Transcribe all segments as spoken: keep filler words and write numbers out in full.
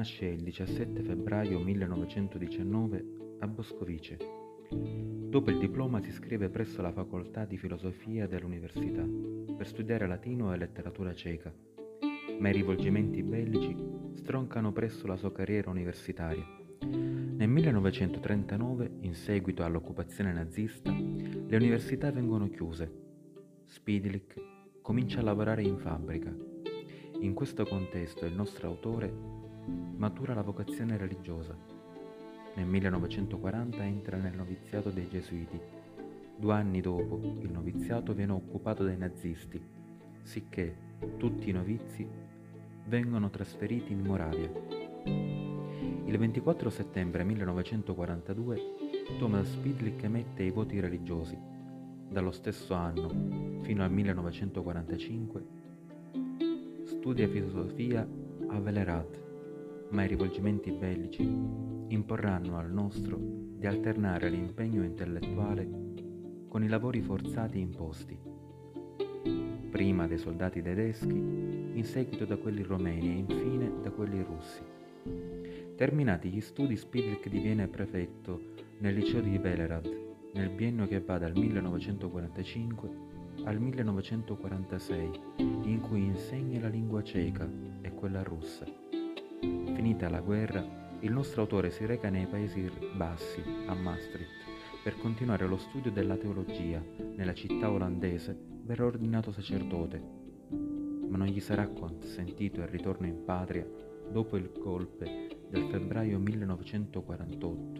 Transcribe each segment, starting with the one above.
Nasce il diciassette febbraio millenovecentodiciannove a Boscovice. Dopo il diploma si iscrive presso la facoltà di filosofia dell'università per studiare latino e letteratura ceca, ma i rivolgimenti bellici stroncano presto la sua carriera universitaria. Nel millenovecentotrentanove, in seguito all'occupazione nazista, le università vengono chiuse. Spidlich comincia a lavorare in fabbrica. In questo contesto il nostro autore matura la vocazione religiosa. Nel millenovecentoquaranta entra nel noviziato dei Gesuiti. Due anni dopo, il noviziato viene occupato dai nazisti, sicché tutti i novizi vengono trasferiti in Moravia. Il ventiquattro settembre millenovecentoquarantadue Thomas Spidlich emette i voti religiosi. Dallo stesso anno fino al millenovecentoquarantacinque studia filosofia a Velehrad, ma i rivolgimenti bellici imporranno al nostro di alternare l'impegno intellettuale con i lavori forzati imposti, prima dai soldati tedeschi, in seguito da quelli romeni e infine da quelli russi. Terminati gli studi, Spidlich diviene prefetto nel liceo di Velehrad nel biennio che va dal millenovecentoquarantacinque al millenovecentoquarantasei, in cui insegna la lingua ceca e quella russa. Finita la guerra, il nostro autore si reca nei Paesi Bassi, a Maastricht, per continuare lo studio della teologia. Nella città olandese verrà ordinato sacerdote, ma non gli sarà consentito il ritorno in patria dopo il golpe del febbraio millenovecentoquarantotto.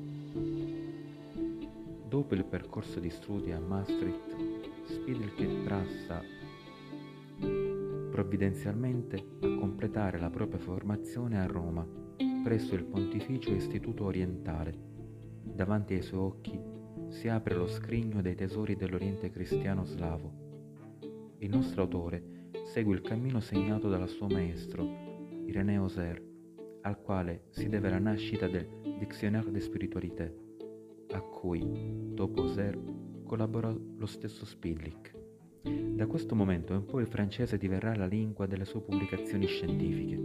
Dopo il percorso di studi a Maastricht, Spidlich passa provvidenzialmente a completare la propria formazione a Roma, presso il Pontificio Istituto Orientale. Davanti ai suoi occhi si apre lo scrigno dei tesori dell'Oriente cristiano slavo. Il nostro autore segue il cammino segnato dal suo maestro, Ireneo Ser, al quale si deve la nascita del Dictionnaire de Spiritualité, a cui, dopo Ser, collaborò lo stesso Spidlich. Da questo momento in poi il francese diverrà la lingua delle sue pubblicazioni scientifiche.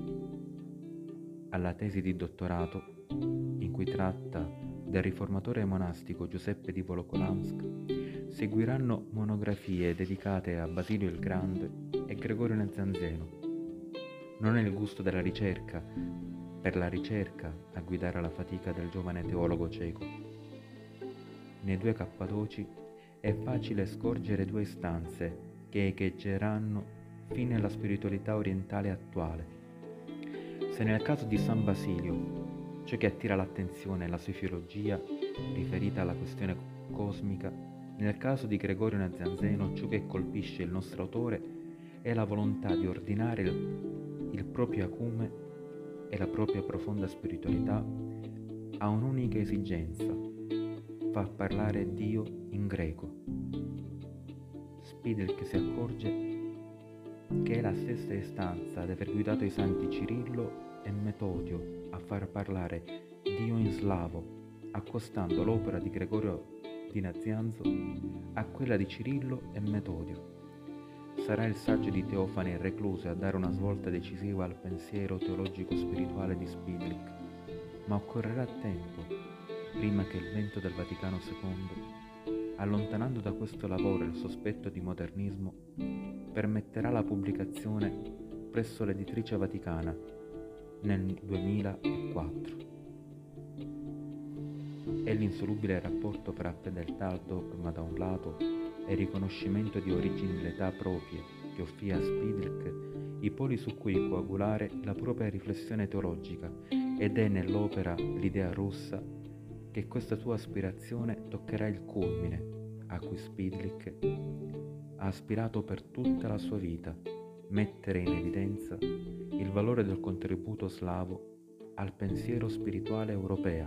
Alla tesi di dottorato, in cui tratta del riformatore monastico Giuseppe di Volokolamsk, seguiranno monografie dedicate a Basilio il Grande e Gregorio Nazianzeno. Non è il gusto della ricerca per la ricerca a guidare la fatica del giovane teologo ceco. Nei due Cappadoci è facile scorgere due istanze che echeggeranno fino alla spiritualità orientale attuale. Se nel caso di San Basilio ciò che attira l'attenzione è la sofiologia riferita alla questione cosmica, nel caso di Gregorio Nazianzeno ciò che colpisce il nostro autore è la volontà di ordinare il, il proprio acume e la propria profonda spiritualità a un'unica esigenza: far parlare Dio in greco. Spidlich si accorge che è la stessa istanza ad aver guidato i santi Cirillo e Metodio a far parlare Dio in slavo, accostando l'opera di Gregorio di Nazianzo a quella di Cirillo e Metodio. Sarà il saggio di Teofane il Recluso a dare una svolta decisiva al pensiero teologico-spirituale di Spidlich, ma occorrerà tempo prima che il vento del Vaticano secondo, allontanando da questo lavoro il sospetto di modernismo, permetterà la pubblicazione presso l'editrice vaticana nel duemilaquattro. È l'insolubile rapporto fra fedeltà al dogma da un lato e il riconoscimento di originalità proprie che offrì a Spidlich i poli su cui coagulare la propria riflessione teologica, ed è nell'opera L'idea russa che questa sua aspirazione toccherà il culmine a cui Spidlich ha aspirato per tutta la sua vita: mettere in evidenza il valore del contributo slavo al pensiero spirituale europea.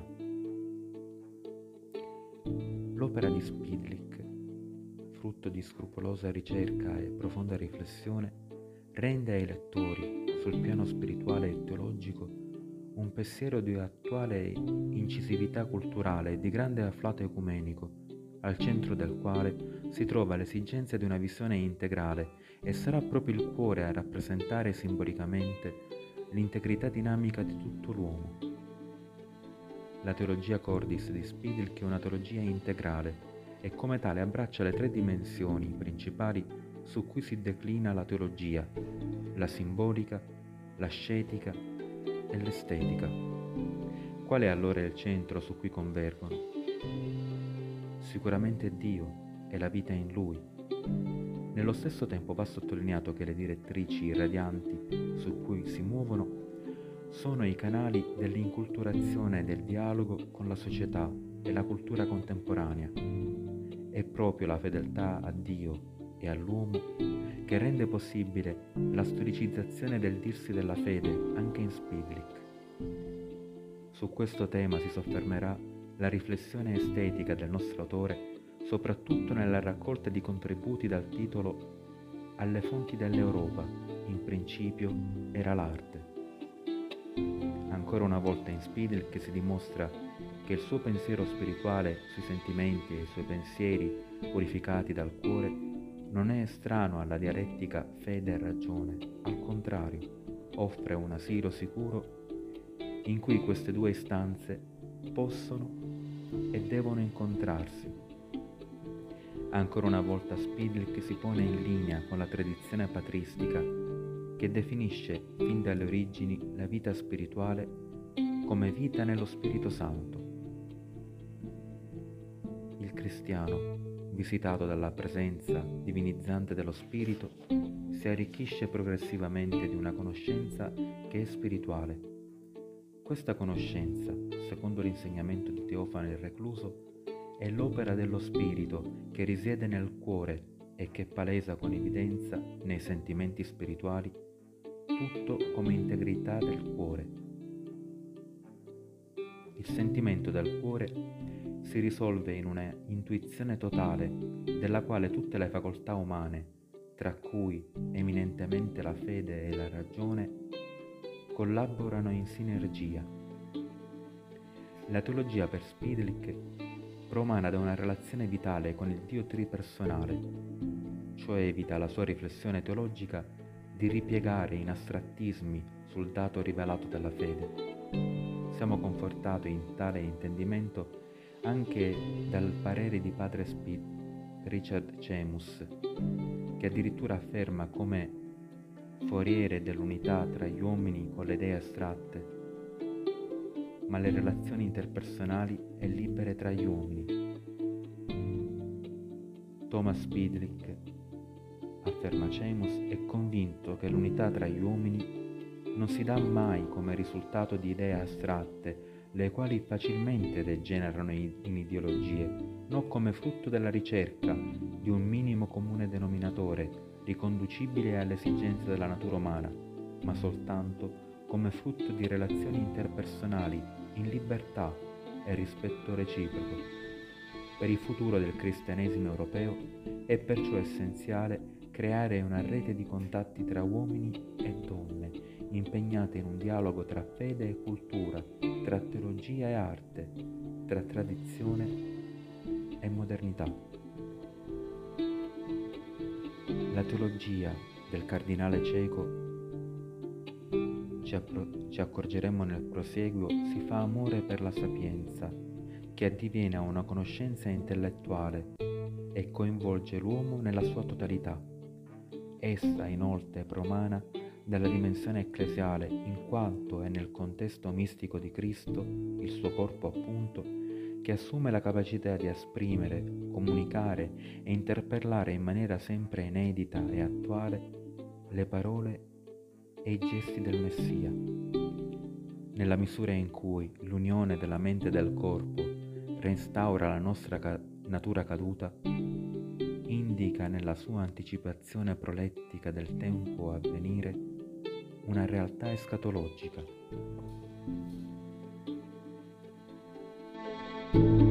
L'opera di Spidlich, frutto di scrupolosa ricerca e profonda riflessione, rende ai lettori, sul piano spirituale e teologico, un pensiero di attuale incisività culturale e di grande afflato ecumenico, al centro del quale si trova l'esigenza di una visione integrale, e sarà proprio il cuore a rappresentare simbolicamente l'integrità dinamica di tutto l'uomo. La teologia cordis di Spidilk è una teologia integrale e come tale abbraccia le tre dimensioni principali su cui si declina la teologia: la simbolica, l'ascetica e l'estetica. Qual è allora il centro su cui convergono? Sicuramente Dio e la vita in Lui. Nello stesso tempo va sottolineato che le direttrici radianti su cui si muovono sono i canali dell'inculturazione e del dialogo con la società e la cultura contemporanea. È proprio la fedeltà a Dio e all'uomo che rende possibile la storicizzazione del dirsi della fede anche in Spidilk. Su questo tema si soffermerà la riflessione estetica del nostro autore, soprattutto nella raccolta di contributi dal titolo Alle fonti dell'Europa, in principio era l'arte. Ancora una volta in Spidilk si dimostra che il suo pensiero spirituale sui sentimenti e i suoi pensieri purificati dal cuore non è estraneo alla dialettica fede e ragione, al contrario, offre un asilo sicuro in cui queste due istanze possono e devono incontrarsi. Ancora una volta Spidilk si pone in linea con la tradizione patristica che definisce fin dalle origini la vita spirituale come vita nello Spirito Santo. Il cristiano, visitato dalla presenza divinizzante dello Spirito, si arricchisce progressivamente di una conoscenza che è spirituale. Questa conoscenza, secondo l'insegnamento di Teofano il Recluso, è l'opera dello Spirito che risiede nel cuore e che palesa con evidenza nei sentimenti spirituali, tutto come integrità del cuore. Il sentimento del cuore si risolve in una intuizione totale della quale tutte le facoltà umane, tra cui eminentemente la fede e la ragione, collaborano in sinergia. La teologia per Spidilk promana da una relazione vitale con il Dio tripersonale, cioè evita la sua riflessione teologica di ripiegare in astrattismi sul dato rivelato della fede. Siamo confortati in tale intendimento anche dal parere di padre Spid, Richard Chemus, che addirittura afferma come foriere dell'unità tra gli uomini con le idee astratte, ma le relazioni interpersonali e libere tra gli uomini. Thomas Spidilk, afferma Chemus, è convinto che l'unità tra gli uomini non si dà mai come risultato di idee astratte, le quali facilmente degenerano in ideologie, non come frutto della ricerca di un minimo comune denominatore riconducibile alle esigenze della natura umana, ma soltanto come frutto di relazioni interpersonali in libertà e rispetto reciproco. Per il futuro del cristianesimo europeo è perciò essenziale creare una rete di contatti tra uomini e donne, impegnate in un dialogo tra fede e cultura, tra teologia e arte, tra tradizione e modernità. La teologia del cardinale cieco, ci, appro- ci accorgeremo nel proseguo, si fa amore per la sapienza, che addiviene a una conoscenza intellettuale e coinvolge l'uomo nella sua totalità. Essa inoltre promana dalla dimensione ecclesiale in quanto è nel contesto mistico di Cristo, il suo corpo appunto, che assume la capacità di esprimere, comunicare e interpellare in maniera sempre inedita e attuale le parole e i gesti del Messia. Nella misura in cui l'unione della mente e del corpo restaura la nostra ca- natura caduta, indica nella sua anticipazione prolettica del tempo a venire una realtà escatologica.